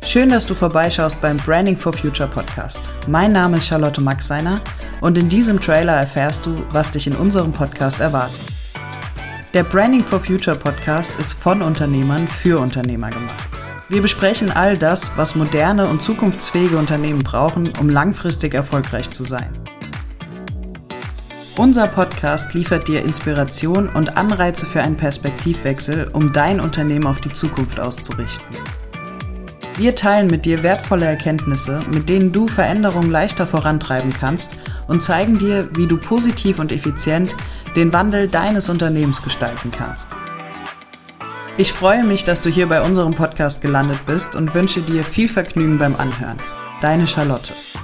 Schön, dass du vorbeischaust beim Branding for Future Podcast. Mein Name ist Charlotte Maxseiner und in diesem Trailer erfährst du, was dich in unserem Podcast erwartet. Der Branding for Future Podcast ist von Unternehmern für Unternehmer gemacht. Wir besprechen all das, was moderne und zukunftsfähige Unternehmen brauchen, um langfristig erfolgreich zu sein. Unser Podcast liefert dir Inspiration und Anreize für einen Perspektivwechsel, um dein Unternehmen auf die Zukunft auszurichten. Wir teilen mit dir wertvolle Erkenntnisse, mit denen du Veränderungen leichter vorantreiben kannst und zeigen dir, wie du positiv und effizient den Wandel deines Unternehmens gestalten kannst. Ich freue mich, dass du hier bei unserem Podcast gelandet bist und wünsche dir viel Vergnügen beim Anhören. Deine Charlotte.